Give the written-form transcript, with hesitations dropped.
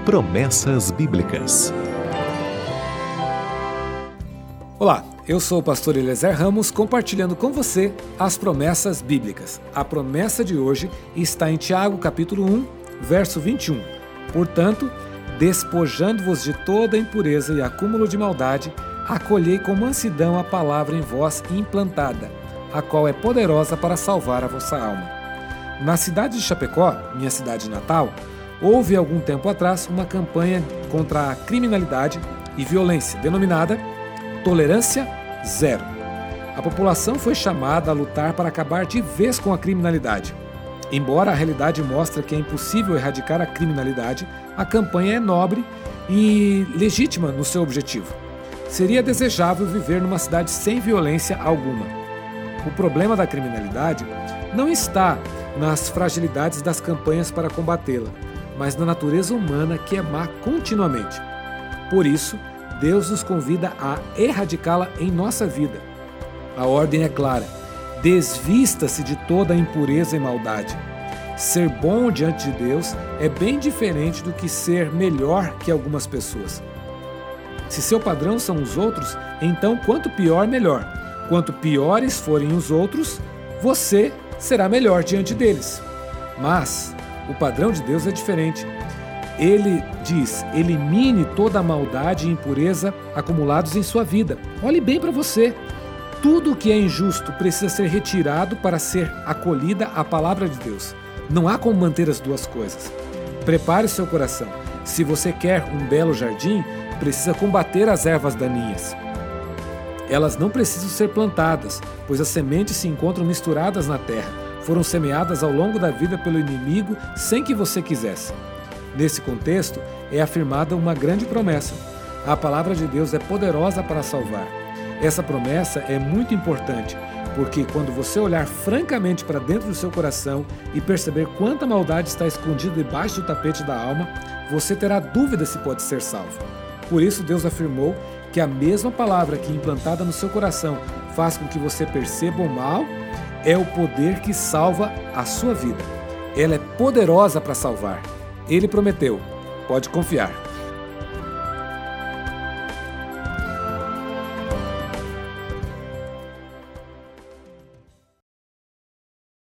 Promessas Bíblicas. Olá, eu sou o pastor Eliezer Ramos, compartilhando com você as promessas bíblicas. A promessa de hoje está em Tiago, capítulo 1, verso 21. Portanto, despojando-vos de toda impureza e acúmulo de maldade, acolhei com mansidão a palavra em vós implantada, a qual é poderosa para salvar a vossa alma. Na cidade de Chapecó, minha cidade natal, houve algum tempo atrás uma campanha contra a criminalidade e violência, denominada Tolerância Zero. A população foi chamada a lutar para acabar de vez com a criminalidade. Embora a realidade mostre que é impossível erradicar a criminalidade, a campanha é nobre e legítima no seu objetivo. Seria desejável viver numa cidade sem violência alguma. O problema da criminalidade não está nas fragilidades das campanhas para combatê-la, mas na natureza humana que é má continuamente. Por isso, Deus nos convida a erradicá-la em nossa vida. A ordem é clara: desvista-se de toda impureza e maldade. Ser bom diante de Deus é bem diferente do que ser melhor que algumas pessoas. Se seu padrão são os outros, então quanto pior, melhor. Quanto piores forem os outros, você será melhor diante deles. Mas o padrão de Deus é diferente. Ele diz: elimine toda a maldade e impureza acumulados em sua vida. Olhe bem para você. Tudo o que é injusto precisa ser retirado para ser acolhida a palavra de Deus. Não há como manter as duas coisas. Prepare seu coração. Se você quer um belo jardim, precisa combater as ervas daninhas. Elas não precisam ser plantadas, pois as sementes se encontram misturadas na terra. Foram semeadas ao longo da vida pelo inimigo sem que você quisesse. Nesse contexto, é afirmada uma grande promessa. A palavra de Deus é poderosa para salvar. Essa promessa é muito importante, porque quando você olhar francamente para dentro do seu coração e perceber quanta maldade está escondida debaixo do tapete da alma, você terá dúvida se pode ser salvo. Por isso, Deus afirmou que a mesma palavra que implantada no seu coração faz com que você perceba o mal, é o poder que salva a sua vida. Ela é poderosa para salvar. Ele prometeu, pode confiar.